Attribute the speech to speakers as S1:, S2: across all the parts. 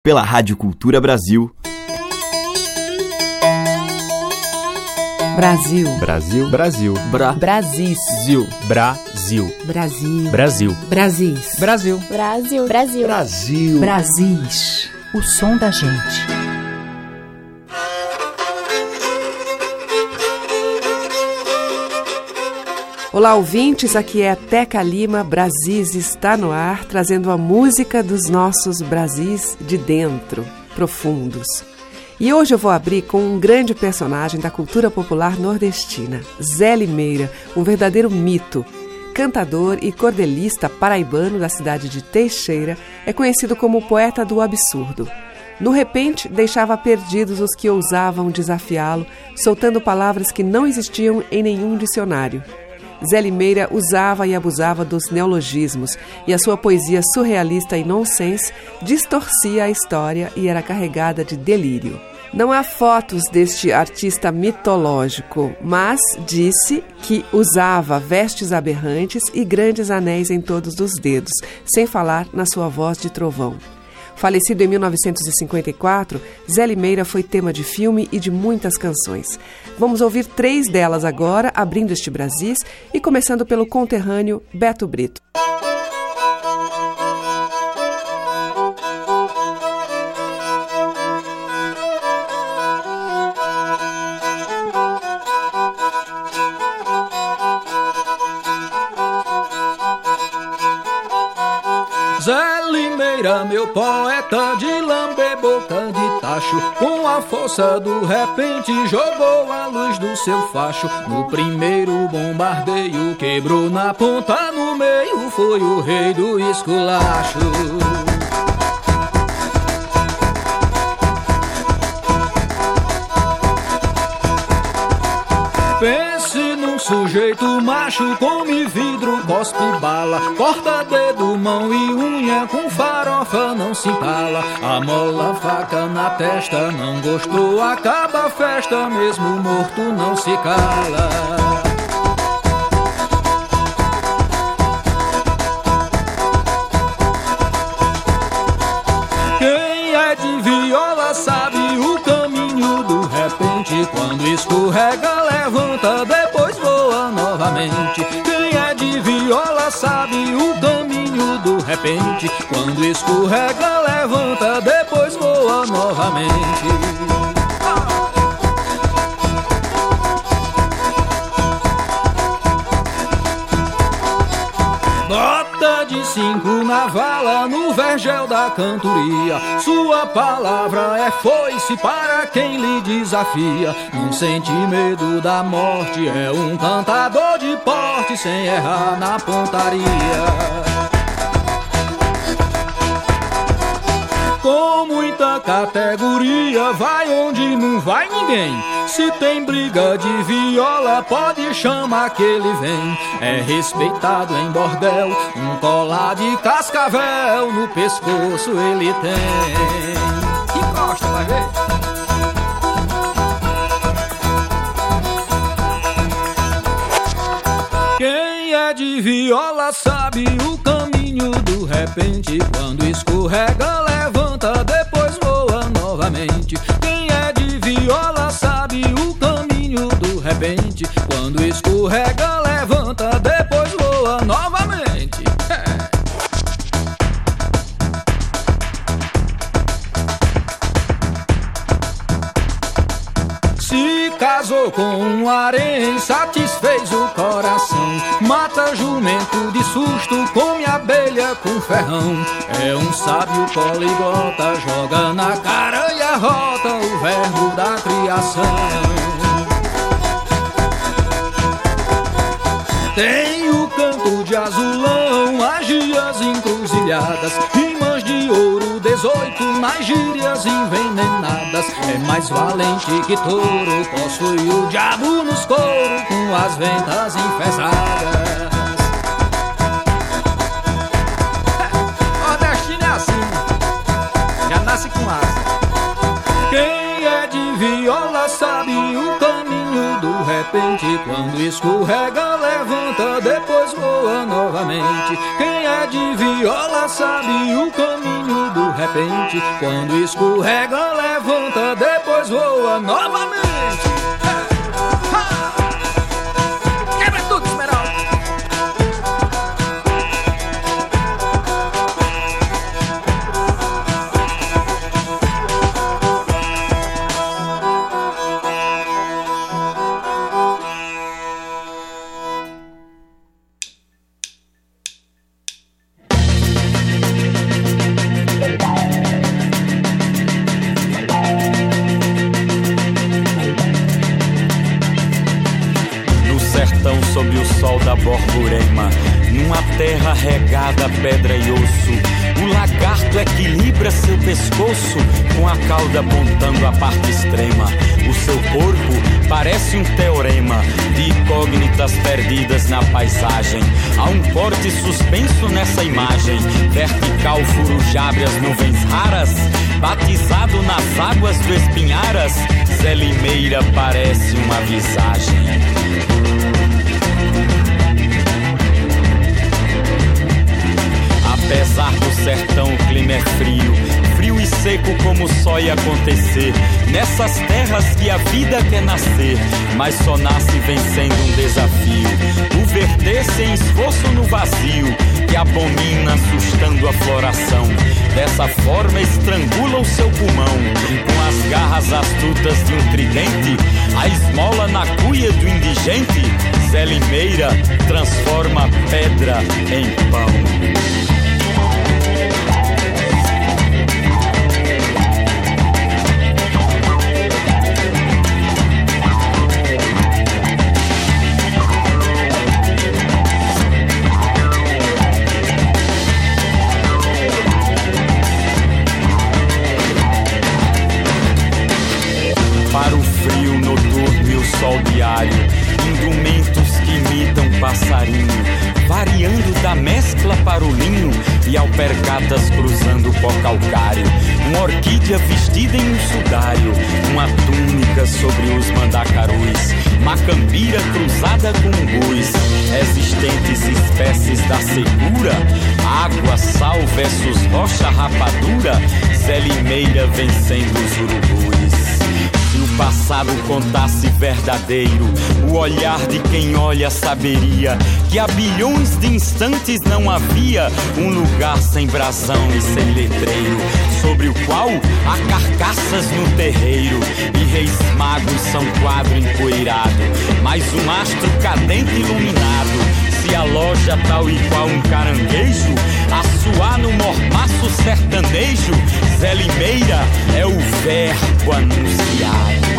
S1: pela Rádio Cultura Brasil.
S2: Brasil.
S3: Brasil. Brasil.
S2: Brasis.
S3: Brasil.
S2: Brasil.
S3: Brasil.
S2: Brasis.
S3: Brasil.
S4: Brasil. Brasil.
S5: Brasil.
S2: Brasis. O som da gente. Olá, ouvintes, aqui é Teca Lima. Brasis está no ar, trazendo a música dos nossos Brasis de dentro, profundos. E hoje eu vou abrir com um grande personagem da cultura popular nordestina, Zé Limeira, um verdadeiro mito. Cantador e cordelista paraibano da cidade de Teixeira, é conhecido como o poeta do absurdo. No repente, deixava perdidos os que ousavam desafiá-lo, soltando palavras que não existiam em nenhum dicionário. Zé Limeira usava e abusava dos neologismos, e a sua poesia surrealista e nonsense distorcia a história e era carregada de delírio. Não há fotos deste artista mitológico, mas disse que usava vestes aberrantes e grandes anéis em todos os dedos, sem falar na sua voz de trovão. Falecido em 1954, Zé Limeira foi tema de filme e de muitas canções. Vamos ouvir 3 delas agora, abrindo este Brasis e começando pelo conterrâneo Beto Brito.
S6: Zé Limeira, meu poeta de lamber boca de tacho, com a força do repente jogou a luz do seu facho. No primeiro bombardeio quebrou na ponta, no meio foi o rei do esculacho. Pense num sujeito macho, come vidro, cospe bala, corta dedo, mão e unha, com farofa não se empala. Amola faca na testa, não gostou, acaba a festa, mesmo morto não se cala. Quem é de viola sabe o caminho do repente, quando escorrega levanta, depois voa novamente. Quem é de viola sabe o caminho do repente, quando escorrega levanta, depois voa novamente. Bota de 5 na vala, no vergel da cantoria. Sua palavra é foice para quem lhe desafia. Não sente medo da morte, é um cantador de porte, sem errar na pontaria. Com muita categoria, vai onde não vai ninguém. Se tem briga de viola, pode chamar que ele vem. É respeitado em bordel, um colar de cascavel no pescoço ele tem. Encosta, vai ver. Quem é de viola sabe o caminho do repente, quando escorrega levanta, depois voa novamente. Quem é de viola sabe o caminho do repente, quando escorrega levanta, depois voa novamente. Se casou com um harém, satisfez o coração. Mata jumento de susto, come abelha com ferrão. É um sábio poliglota, joga na cara e arrota o verbo da criação. Tem o canto de azulão, agias encruzilhadas, rimas de ouro 18 nas gírias envenenadas. É mais valente que touro, possui o diabo nos couros, com as ventas enfesadas. Nordestino é assim, já nasce com asa. Quem é de viola sabe o caminho do repente, quando escorrega levanta, depois voa novamente. Quem é de viola sabe o caminho do repente, repente, quando escorrega, levanta, depois voa novamente. Quebra tudo, Esmeralda!
S4: Sob o sol da Borborema, numa terra regada a pedra e osso, o lagarto equilibra seu pescoço, com a cauda apontando a parte extrema. O seu corpo parece um teorema de incógnitas perdidas na paisagem. Há um corte suspenso nessa imagem, vertical furujabre as nuvens raras, batizado nas águas do Espinharas, Zé Limeira parece uma visagem. Apesar do sertão o clima é frio, frio e seco como só ia acontecer nessas terras que a vida quer nascer, mas só nasce vencendo um desafio. O verter sem esforço no vazio, que abomina assustando a floração. Dessa forma estrangula o seu pulmão, com as garras astutas de um tridente, a esmola na cuia do indigente. Zé Limeira transforma pedra em pão. Para o frio noturno e o sol diário, indumentos que imitam passarinho, variando da mescla para o linho e alpercatas cruzando o pó calcário. Uma orquídea vestida em um sudário, uma túnica sobre os mandacarus, macambira cruzada com bus, existentes espécies da secura, água, sal versus rocha rapadura, Zé Limeira vencendo os urubus. Se o passado contasse verdadeiro, o olhar de quem olha saberia que há bilhões de instantes não havia um lugar sem brasão e sem letreiro, sobre o qual há carcaças no terreiro e reis magos são quadro empoeirado, mais um astro cadente iluminado se aloja tal e qual um caranguejo a suar no mormaço sertanejo. Zé Limeira é o verbo anunciado.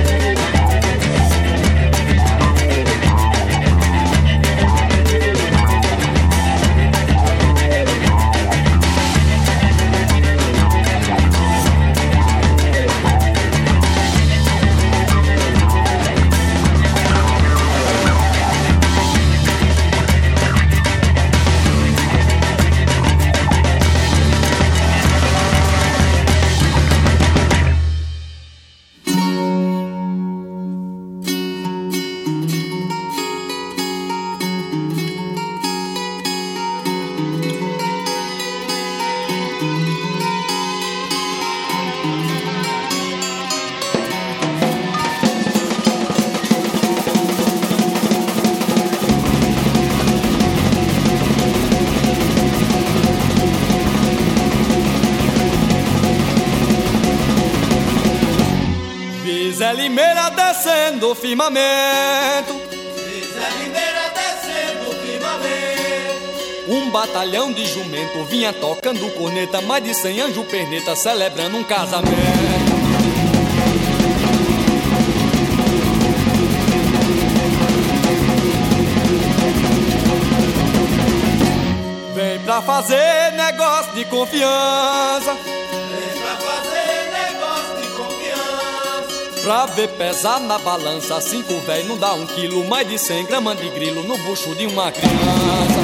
S6: Zé Limeira descendo o firmamento,
S5: Zé Limeira descendo o firmamento.
S6: um batalhão de jumento vinha tocando corneta, mais de 100 anjo perneta celebrando um casamento. Vem pra fazer negócio de confiança, pra ver pesar na balança, 5 véi não dá 1 quilo, mais de 100 gramas de grilo no bucho de uma criança.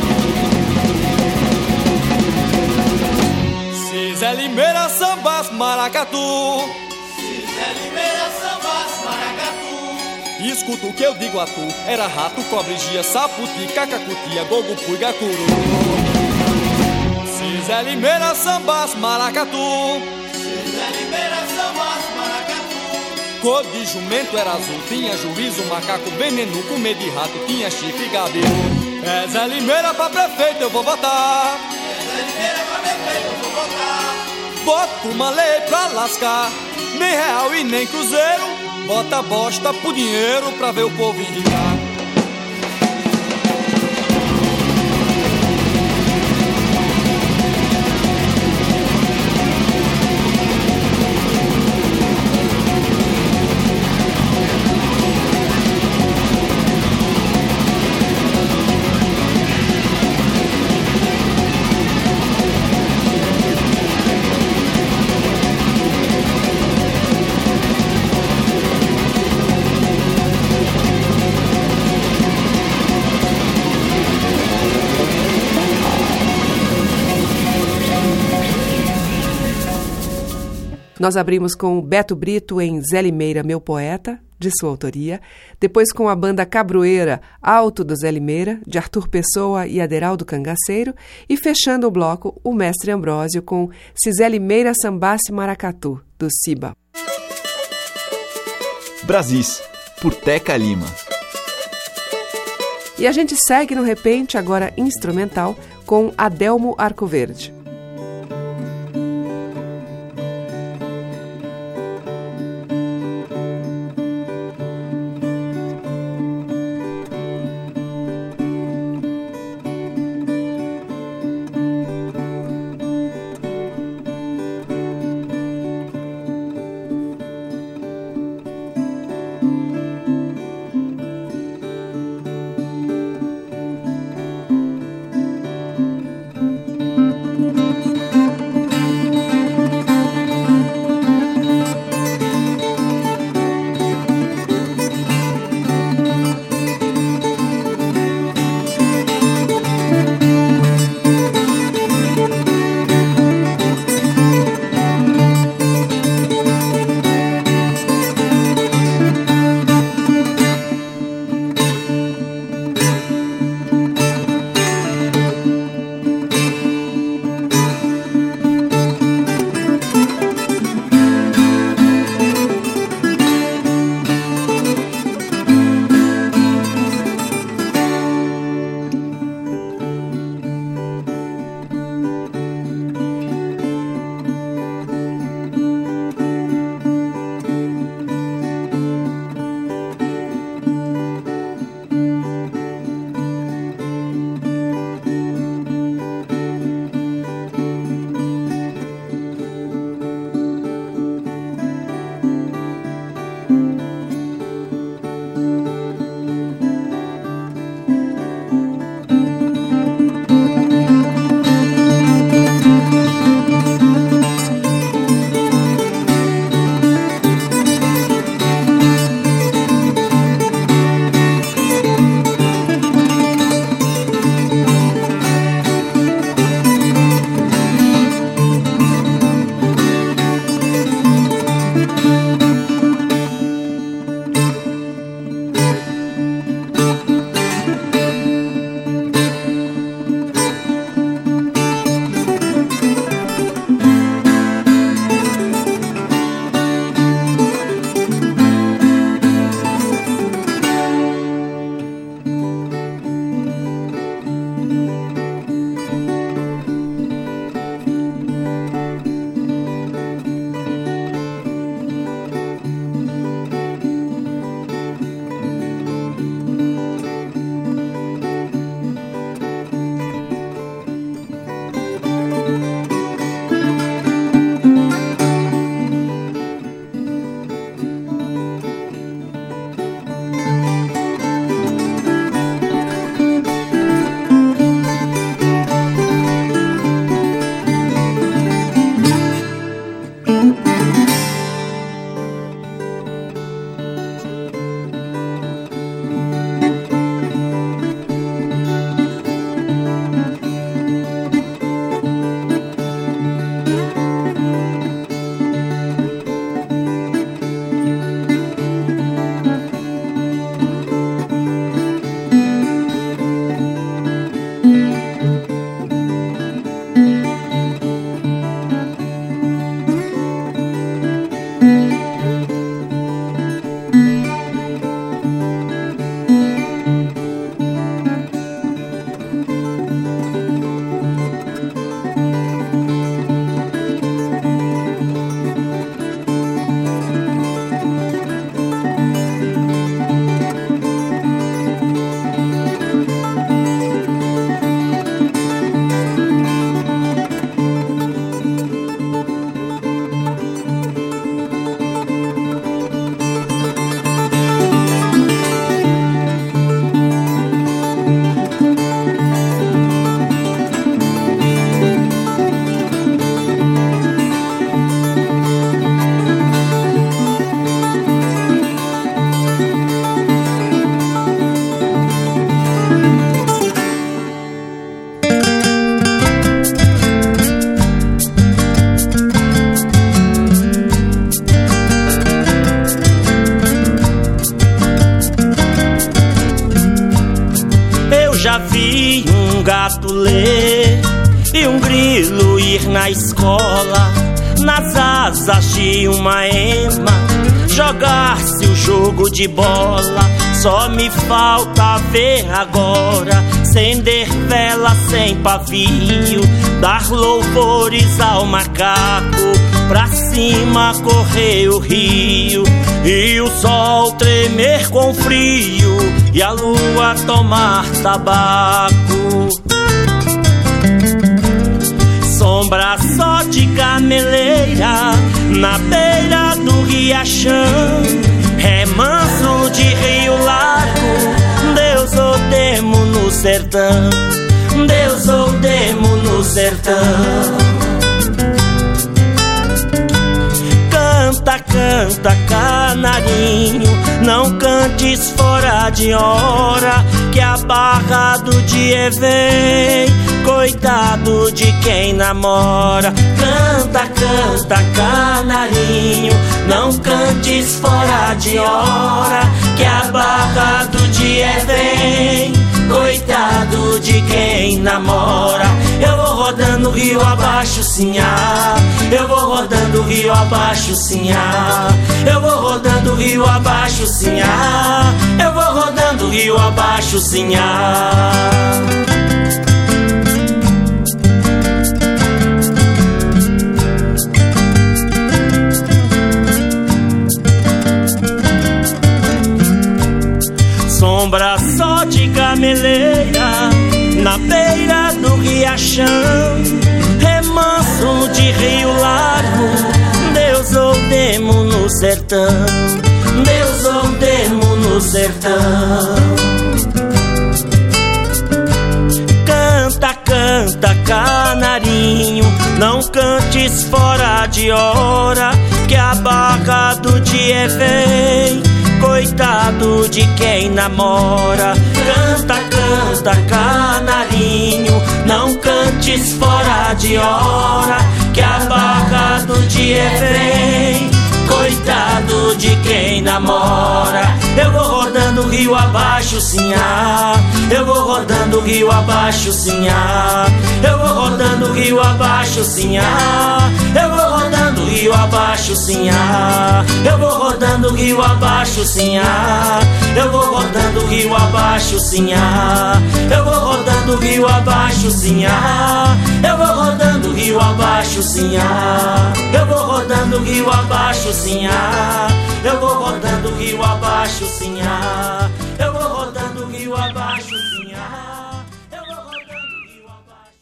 S6: Se Zé Limeira sambasse maracatu,
S5: se Zé Limeira sambasse maracatu,
S6: escuta o que eu digo a tu, era rato, cobre, gia, saputi, cacacutia, gogo, purga, curu. Se Zé Limeira, sambas, maracatu.
S5: Zé Limeira, sambas, maracatu.
S6: Cor de jumento era azul, tinha juízo, macaco, veneno, comer de rato, tinha chifre e cabelo. É Zé Limeira pra prefeito, eu vou votar.
S5: Zé Limeira pra prefeito, eu vou votar.
S6: Bota uma lei pra lascar, nem real e nem cruzeiro. Bota bosta pro dinheiro pra ver o povo enricar.
S2: Nós abrimos com Beto Brito em Zé Limeira, Meu Poeta, de sua autoria, depois com a banda Cabroeira, Alto do Zé Limeira, de Arthur Pessoa e Aderaldo Cangaceiro, e fechando o bloco, o Mestre Ambrósio com Se Zé Limeira Sambasse Maracatu, do Ciba.
S1: Brasis, por Teca Lima.
S2: E a gente segue no repente, agora instrumental, com Adelmo Arcoverde.
S7: ler e um grilo ir na escola, nas asas de uma ema, jogar-se o jogo de bola. Só me falta ver agora, acender vela sem pavio, dar louvores ao macaco, pra cima correr o rio, e o sol tremer com frio, e a lua tomar tabaco. Sombra só de gameleira na beira do riachão, remanso de rio largo, Deus ou demo no sertão, Deus ou demo no sertão. Canta, canta, canarinho, não cantes fora de hora, que a barra do dia vem, coitado de quem namora. Canta, canta, canarinho, não cantes fora de hora, que a barra do dia vem, coitado de quem namora. Eu vou rodando rio abaixo, sinhá, eu vou rodando rio abaixo, sinhá, eu vou rodando rio abaixo, sinhá, eu vou rodando rio abaixo, sinhá. Sombra só de gameleira na beira do riachão, remanso de rio largo, Deus ou demo no sertão, Deus ou demo no sertão. Canta, canta, canarinho, não cantes fora de hora, que a barra do dia vem, coitado de quem namora. Canta, canta, canarinho, não cantes fora de hora, que a barra do dia vem, coitado de quem namora. Eu vou rodando rio abaixo, sinhá, eu vou rodando rio abaixo, sinhá, eu vou rodando rio abaixo, sinhá, eu vou rodando rio abaixo, sinhá, eu vou rodando rio abaixo, sinhá, eu vou rodando rio abaixo, sinhá, eu vou rodando rio abaixo, sinhá, eu vou rodando rio abaixo, sinhá, eu vou rodando rio abaixo, sinhá, eu vou rodando rio abaixo, sinhá, eu vou rodando rio abaixo, sinhá, eu vou rodando rio abaixo.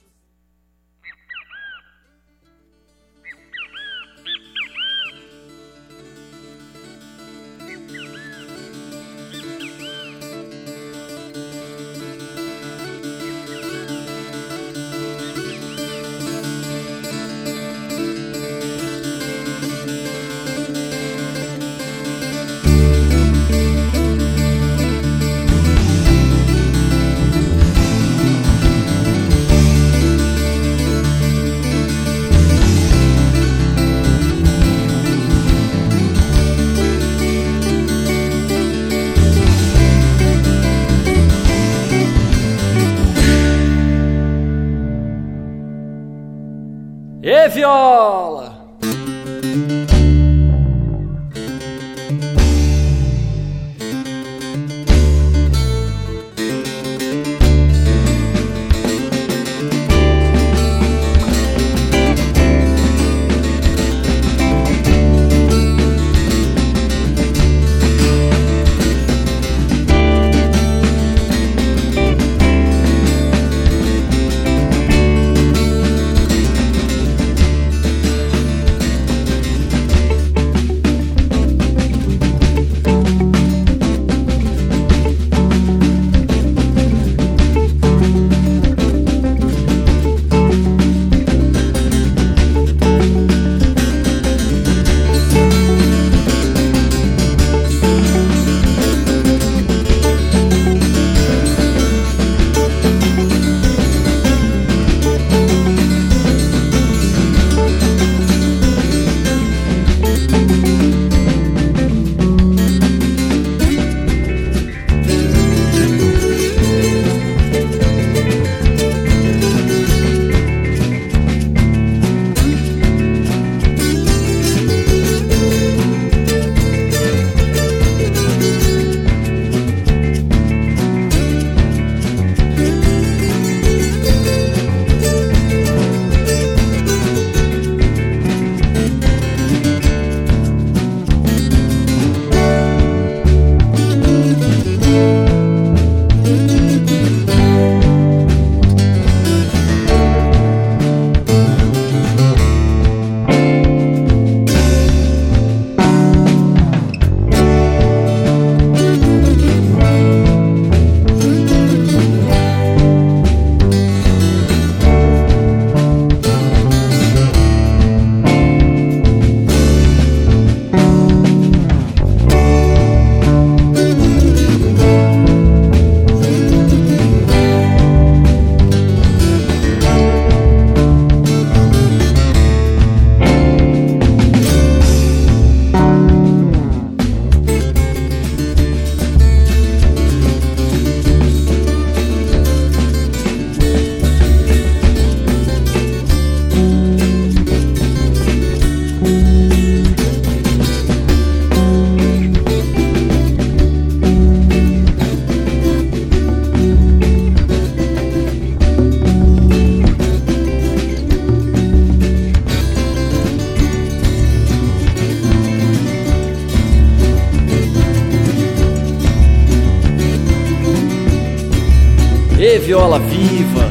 S8: Ê, viola viva!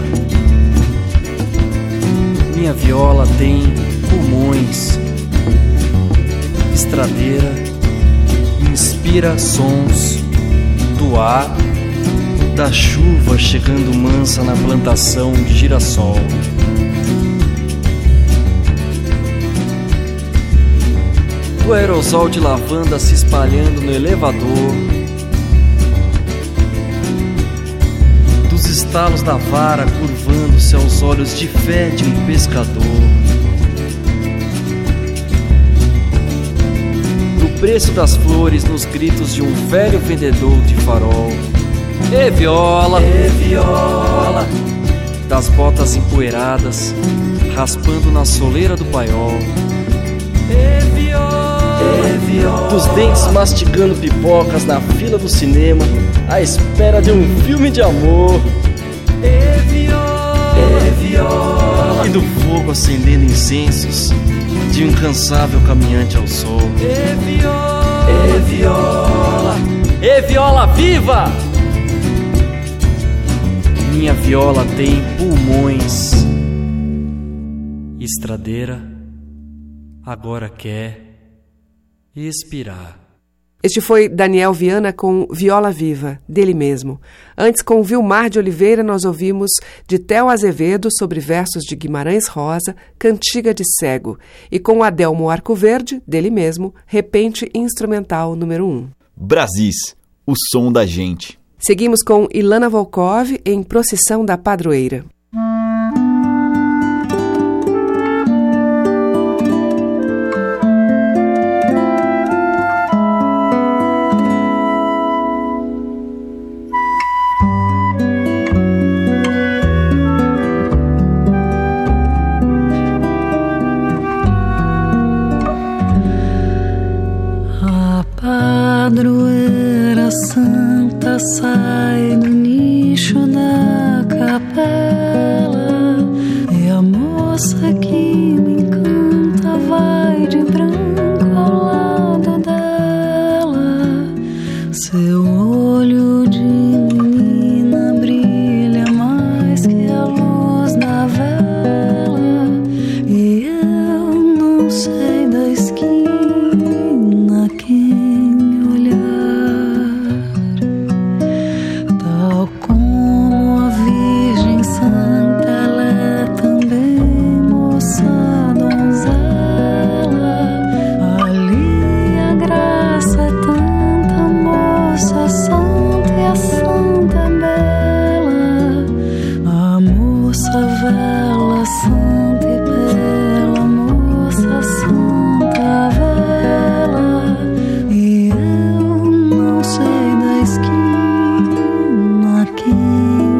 S8: Minha viola tem pulmões, estradeira, inspira sons do ar, da chuva chegando mansa na plantação de girassol. Do aerosol de lavanda se espalhando no elevador, dos estalos da vara curvando-se aos olhos de fé de um pescador, do preço das flores nos gritos de um velho vendedor de farol. Ê, viola! Ê, viola! Das botas empoeiradas raspando na soleira do paiol. Ê, viola! Ê, viola! Dos dentes mastigando pipocas na fila do cinema à espera de um filme de amor. Ê, viola! Ê, viola! E do fogo acendendo incensos de um incansável caminhante ao sol. Ê, viola! Ê, viola! Ê, viola viva! Minha viola tem pulmões, estradeira, agora quer expirar.
S2: Este foi Daniel Viana com Viola Viva, dele mesmo. Antes, com Vilmar de Oliveira, nós ouvimos de Theo Azevedo, sobre versos de Guimarães Rosa, Cantiga de Cego. E com Adelmo Arcoverde, dele mesmo, Repente Instrumental número 1.
S1: Brasis, o som da gente.
S2: Seguimos com Ilana Volkov em Procissão da Padroeira.
S9: A padroeira santa sai do nicho da capela, e a moça que me encanta vai de branco ao lado dela. Seu olho de menina brilha mais que a luz da vela, e eu não sei da esquina quem olhar. Tal como a Virgem Santa, ela é também moça donzela. Ali a graça é tanta, moça santa, e a santa é bela. A moça vela santa e bela, moça santa vela, e eu não sei da esquina quem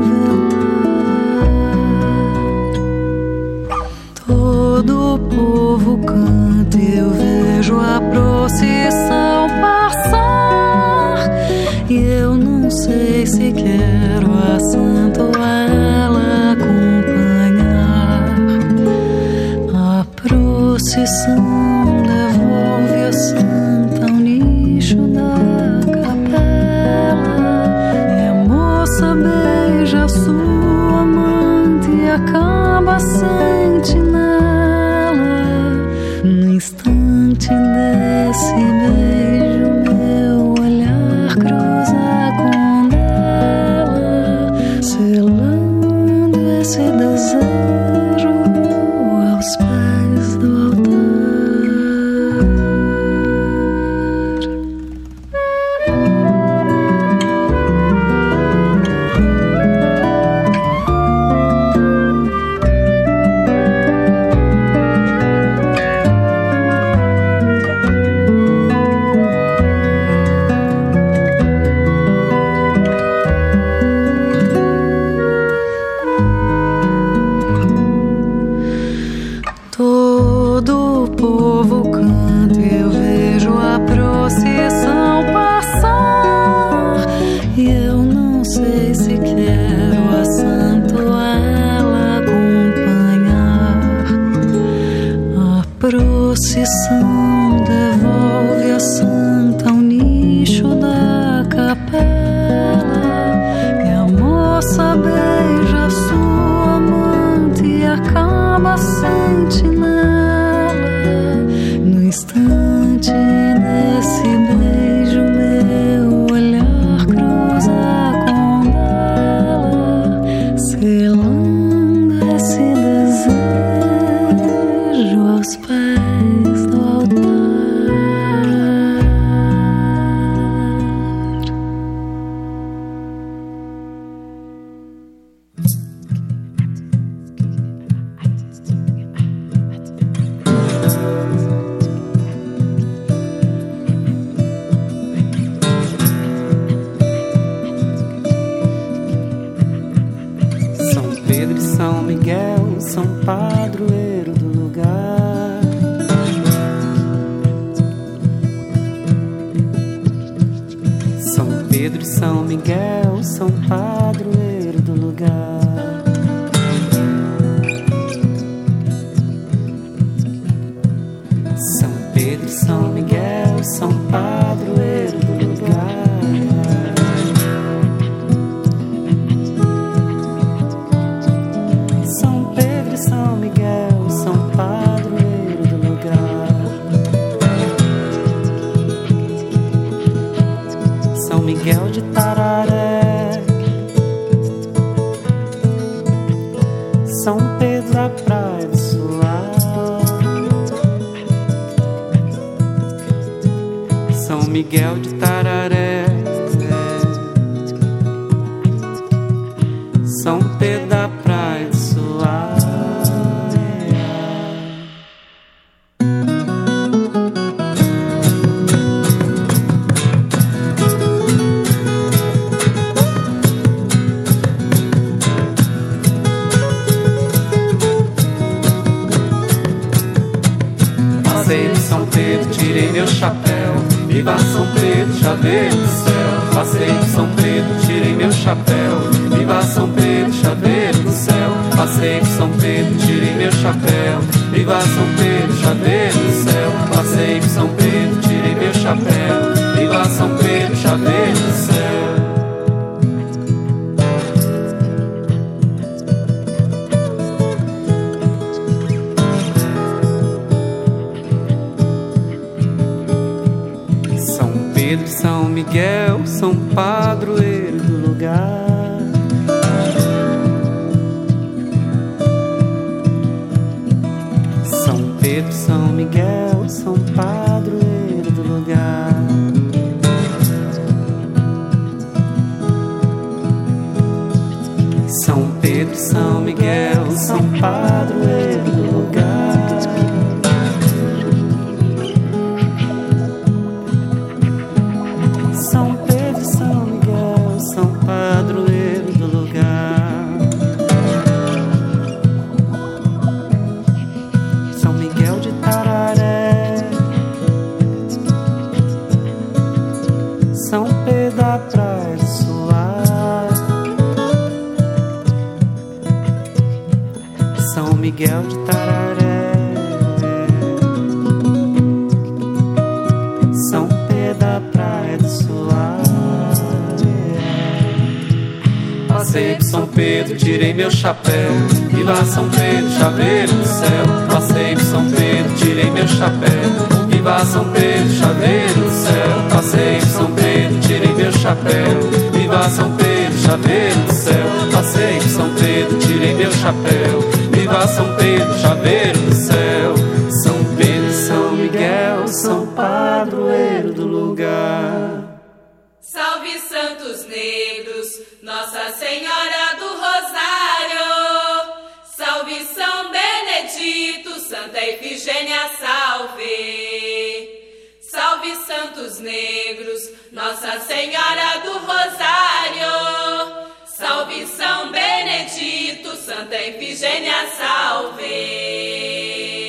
S9: velar. Todo o povo canta e eu vejo a procissão passar, e eu não sei se quero a santa ou ela acompanhar. A procissão devolve a santa ao nicho da capela, e a moça beija a sua amante e acaba a sentinela. No instante desse beijo,
S10: Pedro e São Miguel são padroeiro do lugar. São Pedro e São Miguel são padroeiro do lugar. São Pedro e São Miguel são padroeiro do lugar. São Miguel de Tararé, São Pedro da Praia do Suar, São Miguel de Tararé, São Pedro da Praia do Suar. Passei de São Pedro, tirei meu chapéu, viva São Pedro, chaveiro do céu. Passei de São Pedro, tirei meu chapéu, viva São Pedro, chaveiro do céu. Passei de São Pedro, tirei meu chapéu, viva São Pedro, chaveiro do céu. Passei de São Pedro, tirei meu chapéu, viva São Pedro, chaveiro do céu. Pedro e São Miguel são padroeiro do lugar. São Pedro e São Miguel são padroeiro do lugar. São Pedro e São Miguel são padroeiro do lugar. São Pedro e São Miguel são padroeiro do lugar. São Miguel de Tararé, São Pedro da Praia do Suar, São Miguel de Tararé, São Pedro da Praia do Suar. Passei de São Pedro, tirei meu chapéu, viva São Pedro, chaveiro do céu. Passei de São Pedro, tirei meu chapéu, viva São Pedro, chaveiro do céu. Passei de São Pedro, tirei meu chapéu, viva São Pedro, chaveiro do céu. Passei de São Pedro, tirei meu chapéu, viva São Pedro, chaveiro do céu. São Pedro e São Miguel são padroeiro do lugar.
S11: Salve Santos Negros, Nossa Senhora do Rosário. Salve São Benedito, Santa Efigênia, salve. Salve Santos Negros, Nossa Senhora do Rosário. Salve São Benedito, Santa Efigênia, salve.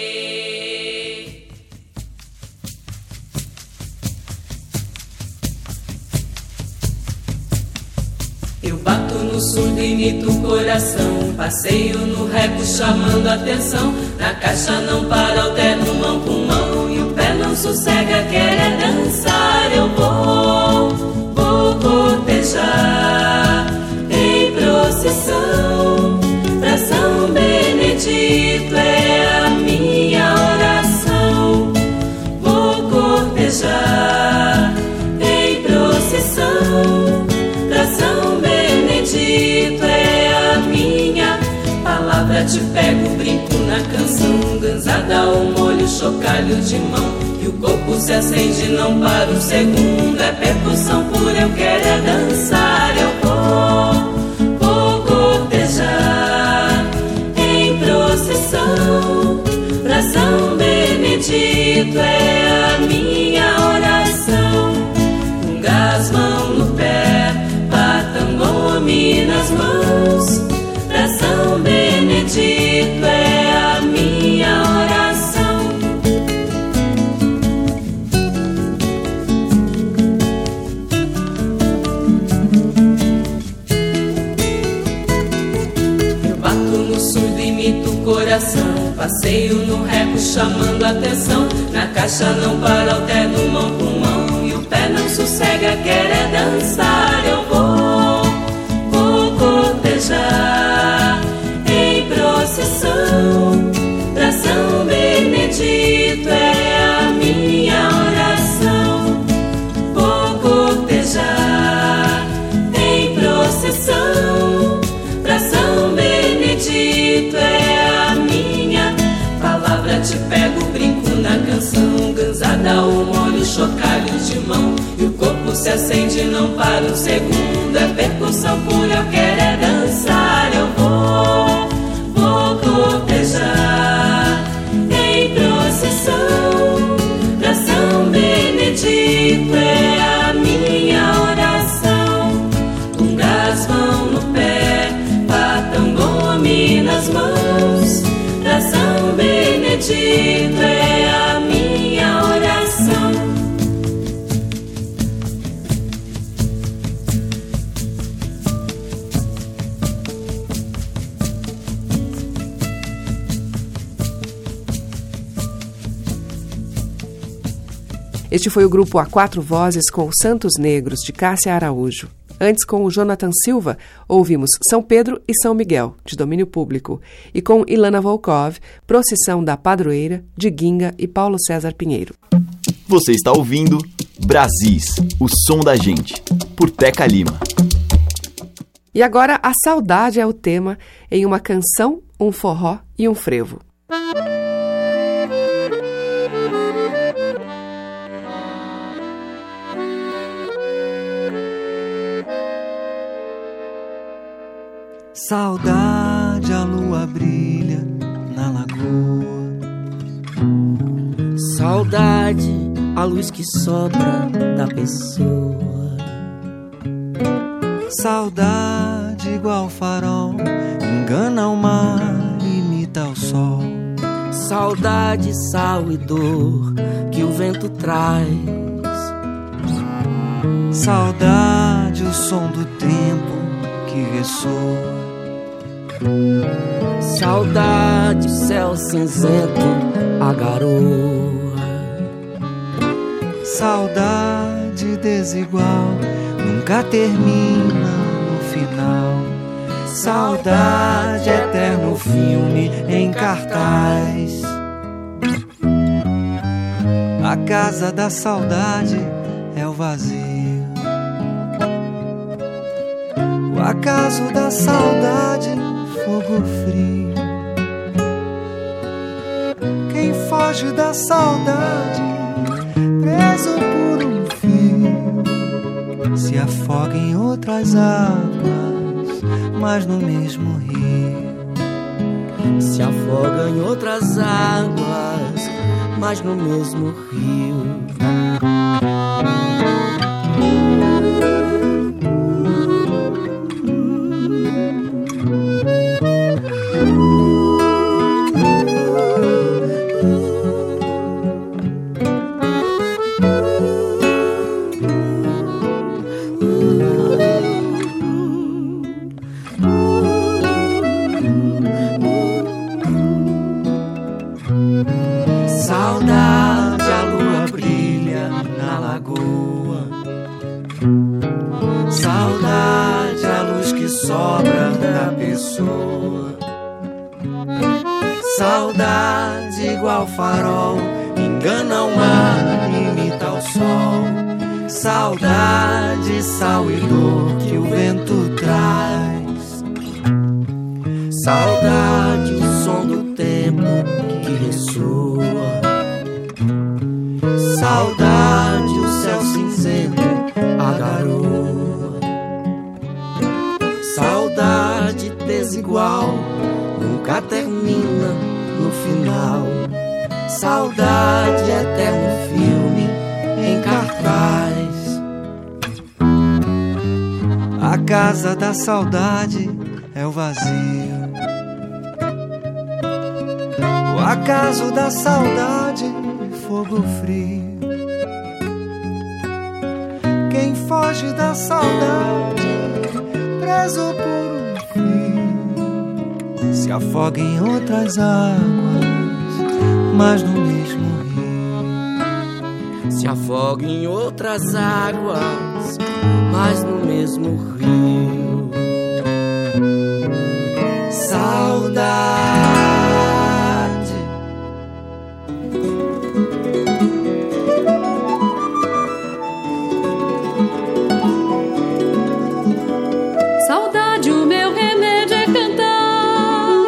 S11: Eu bato no surdo e imito o coração, passeio no reco chamando atenção. Na caixa não para, alterno mão com mão, e o pé não sossega, quer é dançar. Eu vou cortejar em procissão pra São Benedito, é a minha oração. Vou cortejar em procissão pra São Benedito, é a minha palavra. Te pego, brinco na canção, ganzada ou molho, chocalho de mão, e o corpo se acende, não para um segundo. É percussão pura, eu quero é dançar. Eu vou cortejar em procissão pra São Benedito, é a minha oração. Um gás, mão no pé, patangome nas mãos, pra São Benedito, é a minha oração. Passeio no reco chamando atenção, na caixa não para, alterno mão com mão, e o pé não sossega, quer é dançar. Eu vou cortejar em procissão pra São Benedito, é a minha oração. Vou cortejar em procissão pra São Benedito, é a minha palavra. Te pego, brinco na canção, ganzada ou molho, chocalhos de mão, e o corpo se acende, não para um segundo, é percussão pura, eu quero é dançar. Eu vou cortejar em procissão pra São Benedito, é a minha oração. Tungas vão no pé, patangome nas mãos, pra São Benedito, é a minha oração.
S2: Este foi o grupo A Quatro Vozes com Santos Negros, de Cássia Araújo. Antes, com o Jonathan Silva, ouvimos São Pedro e São Miguel, de domínio público, e com Ilana Volkov, Procissão da Padroeira, de Ginga e Paulo César Pinheiro.
S1: Você está ouvindo Brasis, o som da gente, por Teca Lima.
S2: E agora, a saudade é o tema em uma canção, um forró e um frevo.
S12: Saudade, a lua brilha na lagoa.
S7: Saudade, a luz que sobra da pessoa.
S12: Saudade, igual farol, engana o mar, imita o sol.
S7: Saudade, sal e dor que o vento traz.
S12: Saudade, o som do tempo que ressoa.
S7: Saudade, céu cinzento, a garoa.
S12: Saudade desigual, nunca termina no final. Saudade, eterno filme em cartaz. A casa da saudade é o vazio. O acaso da saudade, fogo frio. Quem foge da saudade, preso por um fio, se afoga em outras águas, mas no mesmo rio.
S7: Se afoga em outras águas, mas no mesmo rio.
S12: Saudade, a lua brilha na lagoa. Saudade, a luz que sobra da pessoa. Saudade, igual farol, engana o mar, imita o sol. Saudade, sal e dor que o vento traz.
S7: Saudade, o som do tempo que ressoa. Saudade, o céu cinzento, a garoa. Saudade desigual, nunca termina no final. Saudade, eterno filme em cartaz.
S12: A casa da saudade é o vazio. O acaso da saudade, fogo frio. Quem foge da saudade, preso por um fio, se afoga em outras águas, mas no mesmo
S13: se afoga em outras águas, mas no mesmo rio. Saudade.
S9: Saudade, o meu remédio é cantar.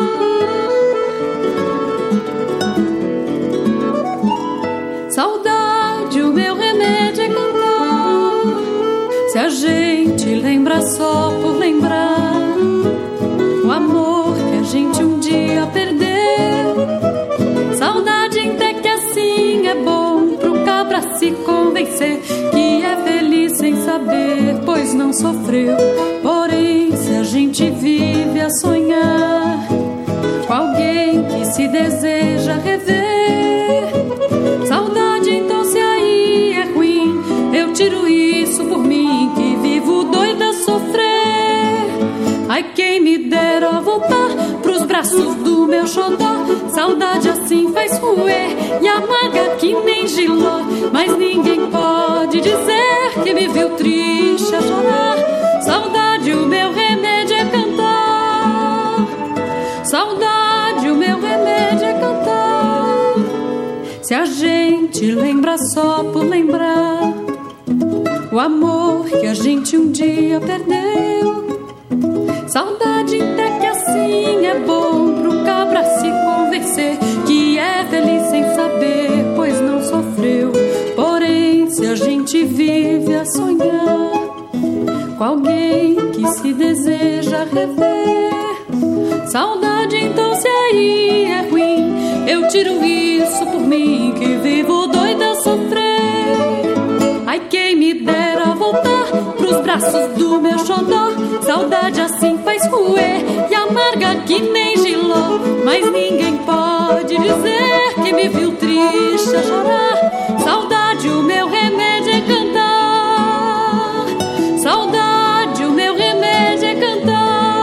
S9: Saudade, o meu remédio é cantar. Se a gente lembra só por lembrar o amor que a gente um dia perdeu. Saudade, até que assim é bom pro cabra se convencer que é feliz sem saber, pois não sofreu. Porém, se a gente vive a sonhar com alguém que se deseja rever, saudade, então se aí é ruim, eu tiro isso por mim, que vivo doida a sofrer. Ai, quem me dera voltar pros braços do meu xodó. Saudade assim faz roer e amarga que nem giló. Mas ninguém pode dizer que me viu triste a chorar. Saudade, o meu remédio é cantar. Saudade, o meu remédio é cantar. Se a gente lembra só por lembrar o amor que a gente um dia perdeu. Saudade, até que assim é bom pro cabra se convencer que é feliz sem saber, pois não sofreu. Porém, se a gente vive a sonhar com alguém que se deseja rever, saudade, então se aí é ruim, eu tiro isso por mim, que vivo doida a sofrer. Ai, quem me dera voltar pros braços do meu xodó. Saudade assim faz roer e amarga que nem giló. Mas ninguém pode dizer que me viu triste a chorar. Saudade, o meu remédio é cantar. Saudade, o meu remédio é cantar.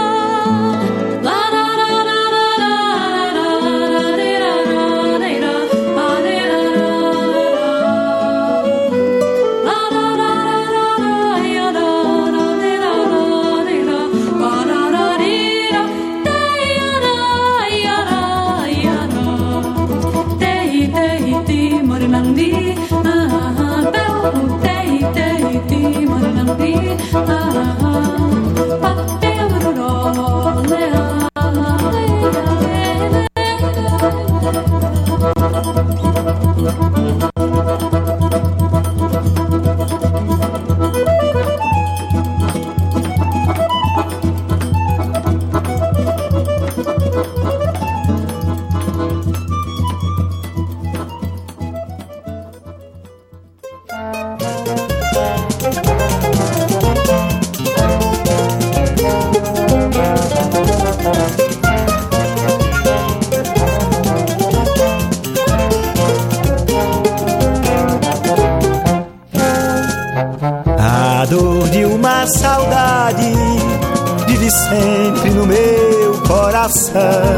S12: A dor de uma saudade vive sempre no meu coração.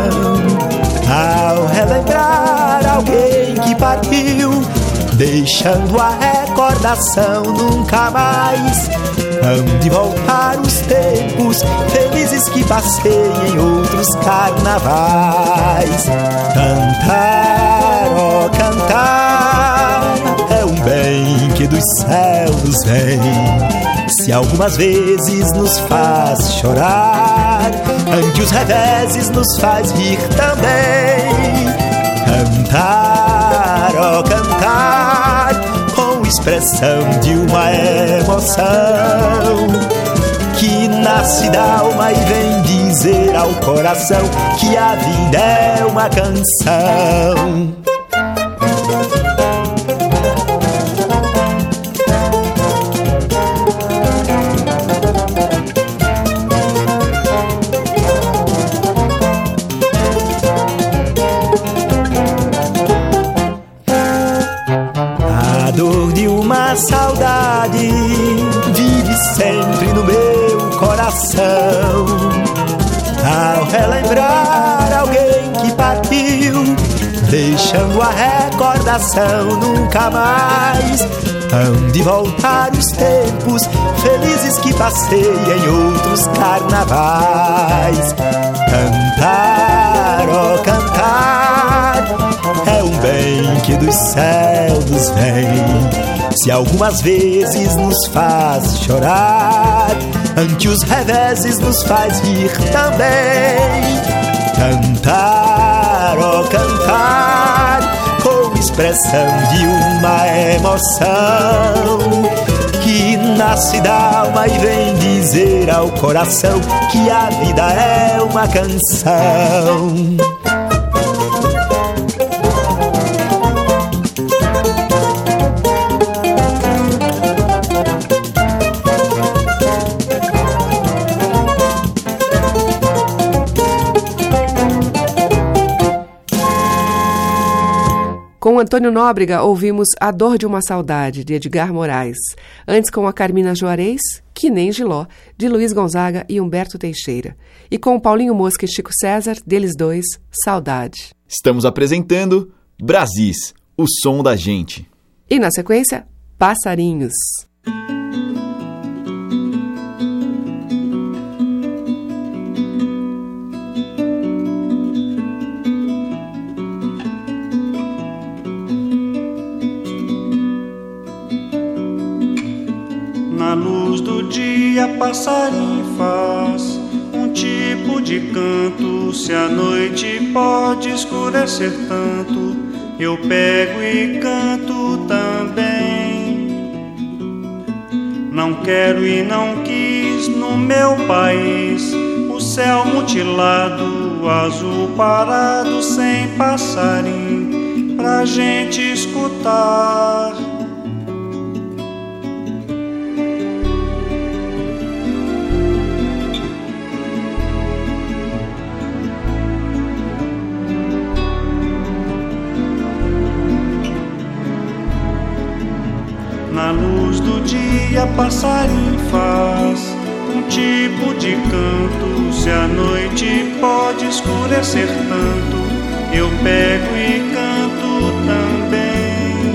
S12: Ao relembrar alguém que partiu, deixando a recordação, nunca mais hão de voltar os tempos felizes que passei em outros carnavais. Cantar, ó cantar, é um bem que dos céus vem. Se algumas vezes nos faz chorar, ante os reveses nos faz rir também. Cantar, ó cantar, com expressão de uma emoção que nasce da alma e vem dizer ao coração que a vida é uma canção. A dor de uma saudade vive sempre no meu coração. Ao relembrar alguém que partiu, deixando a recordação nunca mais. Hão de voltar os tempos felizes que passei em outros carnavais. Cantar, ó cantar, é um bem que dos céus vem. Se algumas vezes nos faz chorar, ante os reveses nos faz rir também. Cantar, ó cantar, com expressão de uma emoção que nasce da alma e vem dizer ao coração que a vida é uma canção.
S2: Com Antônio Nóbrega, ouvimos A Dor de uma Saudade, de Edgar Moraes. Antes, com a Carmina Juarez, Que Nem Giló, de Luiz Gonzaga e Humberto Teixeira. E com Paulinho Mosca e Chico César, deles dois, Saudade.
S1: Estamos apresentando Brasis, o som da gente.
S2: E na sequência, Passarinhos.
S14: Na luz do dia, passarinho faz um tipo de canto. Se a noite pode escurecer tanto, eu pego e canto também. Não quero e não quis no meu país o céu mutilado, azul parado, sem passarinho pra gente escutar. Na luz do dia, passarinho faz um tipo de canto. Se a noite pode escurecer tanto, eu pego e canto também.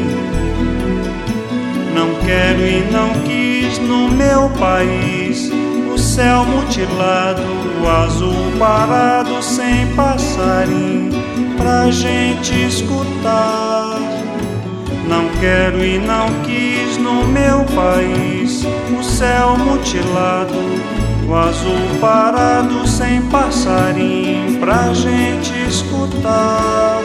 S14: Não quero e não quis no meu país o céu mutilado, o azul parado, sem passarinho pra gente escutar. Não quero e não quis no meu país o céu mutilado, o azul parado, sem passarinho pra gente escutar.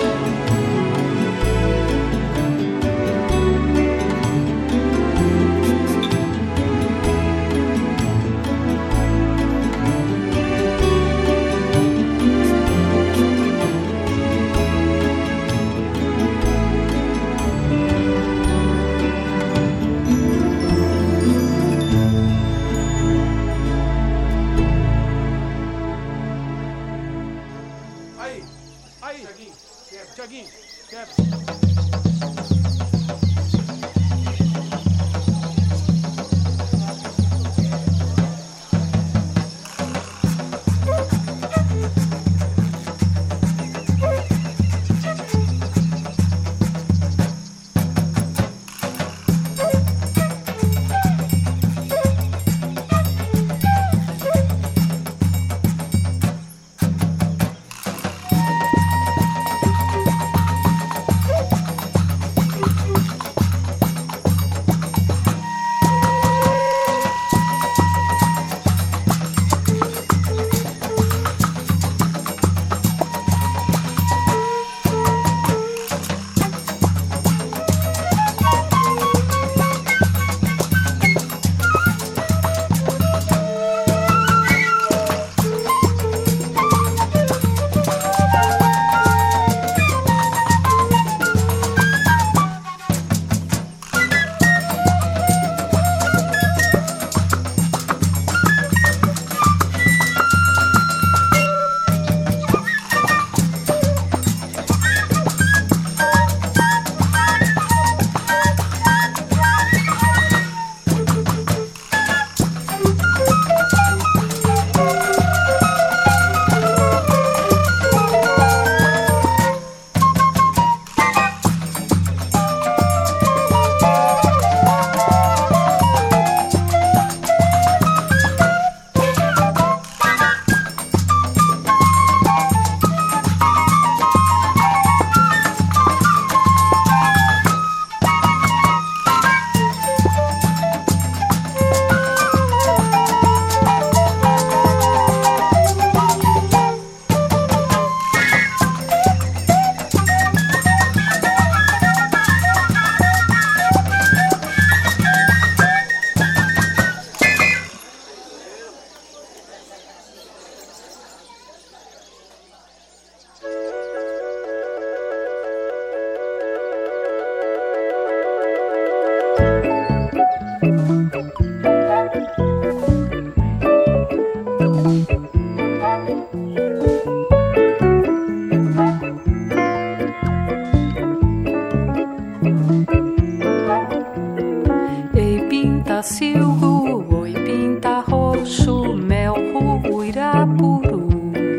S9: cacilgo, oi pinta roxo, mel ruirapuru.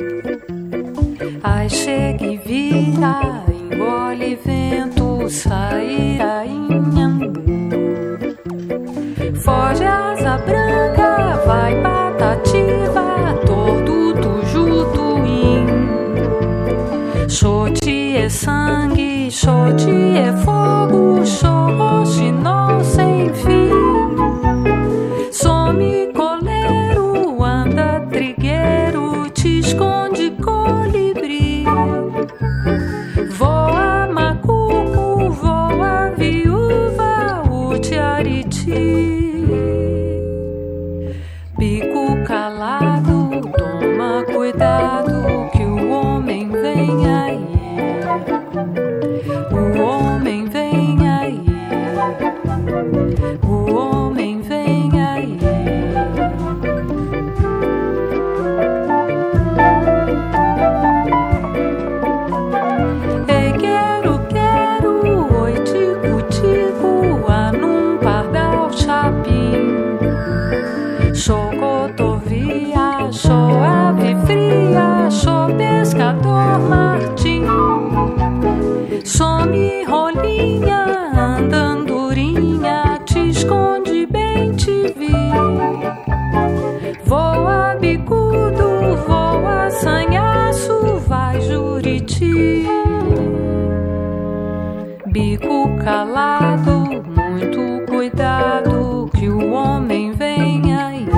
S9: Ai chega e vira, engole vento, sai a inhambu. Foge asa branca, vai patativa, tordo tuju tuim. Xote é sangue, xote é fogo, xoroxinol sem fim. Some coleiro, anda trigueiro, te esconde colibri. Voa macuco, voa viúva, o tiariti. Bico calado, toma cuidado que o homem vem aí. O homem vem aí. O homem vem aí. Ei, quero, oi, tico, anum pardal chapim. Chocotovia, show ave fria, show pescador Martim. Some rolinha, andandurinha, te esconde bem te vi. Voa bicudo, voa sanhaço, vai Juriti. Bico calado, muito cuidado que o homem vem aí.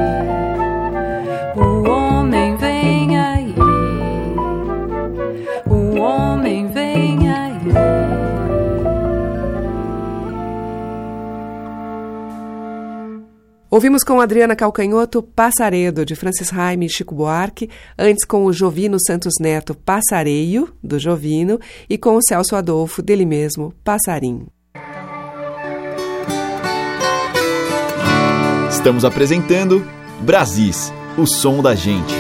S9: O homem vem aí. O homem vem aí.
S2: Ouvimos com Adriana Calcanhoto Passaredo, de Francis Raime e Chico Buarque, antes com o Jovino Santos Neto Passareio, do Jovino, e com o Celso Adolfo, dele mesmo, Passarim.
S1: Estamos apresentando Brasis, o som da gente.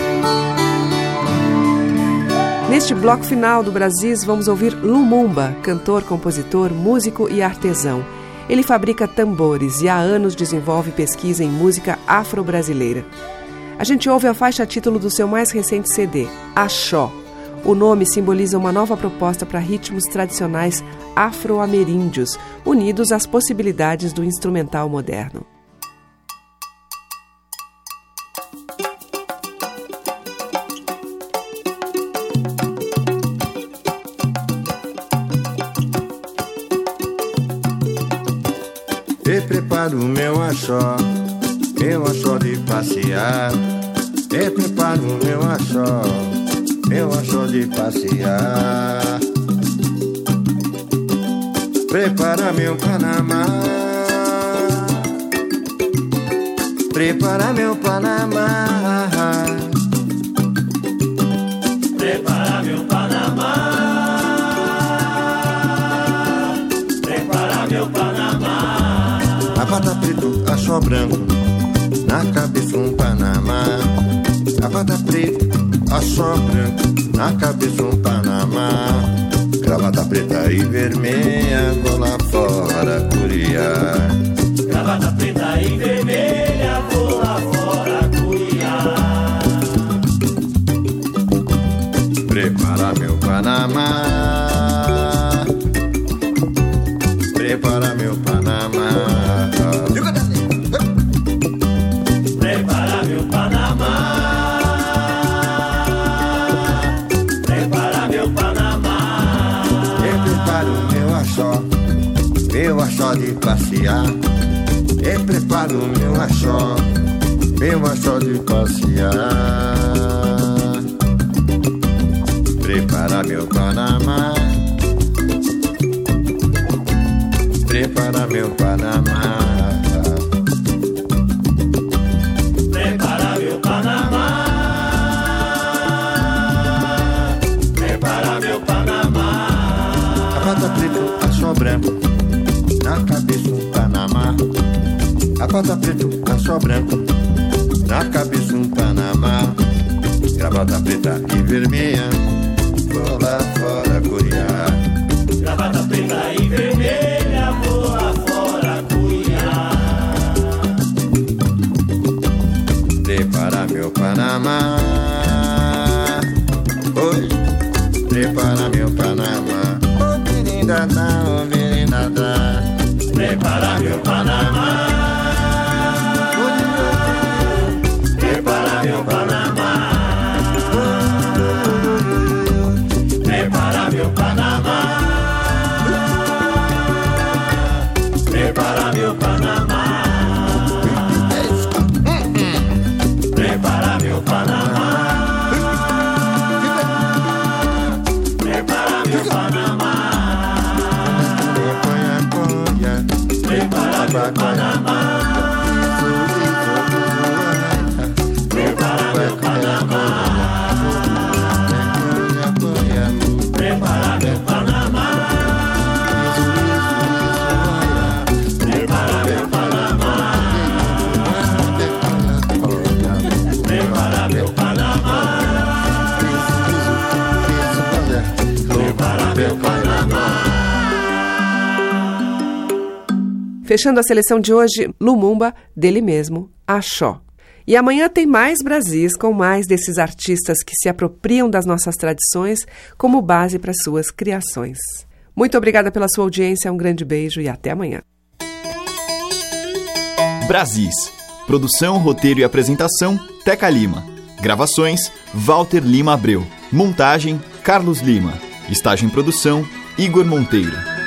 S2: Neste bloco final do Brasis, vamos ouvir Lumumba, cantor, compositor, músico e artesão. Ele fabrica tambores e há anos desenvolve pesquisa em música afro-brasileira. A gente ouve a faixa título do seu mais recente CD, Axó. O nome simboliza uma nova proposta para ritmos tradicionais afro-ameríndios, unidos às possibilidades do instrumental moderno.
S15: E preparo meu axó de passear. E preparo meu axó de passear. Prepara meu Panamá, prepara meu Panamá,
S5: prepara meu Panamá, prepara meu Panamá.
S15: Avada preto, axó branco, na cabeça um Panamá. Avada preto, axó branco, na cabeça um Panamá. Gravata preta e vermelha, vou lá fora curiar.
S5: Gravata preta e vermelha, vou lá fora curiar.
S15: Prepara meu Panamá, prepara meu Panamá.
S5: Prepara meu Panamá, prepara meu Panamá.
S15: Eu preparo meu axó de passear. Eu preparo meu axó de passear. Prepara meu Panamá, prepara meu Panamá.
S5: Prepara meu Panamá, prepara meu Panamá.
S15: Avada preto, axó branco, na cabeça um Panamá. Avada preto, axó branco, na cabeça um Panamá. Gravata preta e vermelha, vou lá fora curiar.
S5: Gravata preta e vermelha, vou lá fora curiar.
S15: meu Panamá. Oi, prepara meu Panamá. Ô menina dá, ô menina dá.
S5: Prepara meu Panamá. Prepara meu Panamá. Prepara meu Panamá. Prepara meu Panamá. Prepara meu Panamá. Prepara meu Panamá. Prepara meu Panamá. Prepara meu Panamá. Prepara meu Panamá. Prepara meu Panamá. Prepara meu Panamá. Prepara meu Panamá.
S2: Fechando a seleção de hoje, Lumumba, dele mesmo, Axó. E amanhã tem mais Brasis com mais desses artistas que se apropriam das nossas tradições como base para suas criações. Muito obrigada pela sua audiência, um grande beijo e até amanhã.
S1: Brasis. Produção, roteiro e apresentação, Teca Lima. Gravações, Walter Lima Abreu. Montagem, Carlos Lima. Estágio em produção, Igor Monteiro.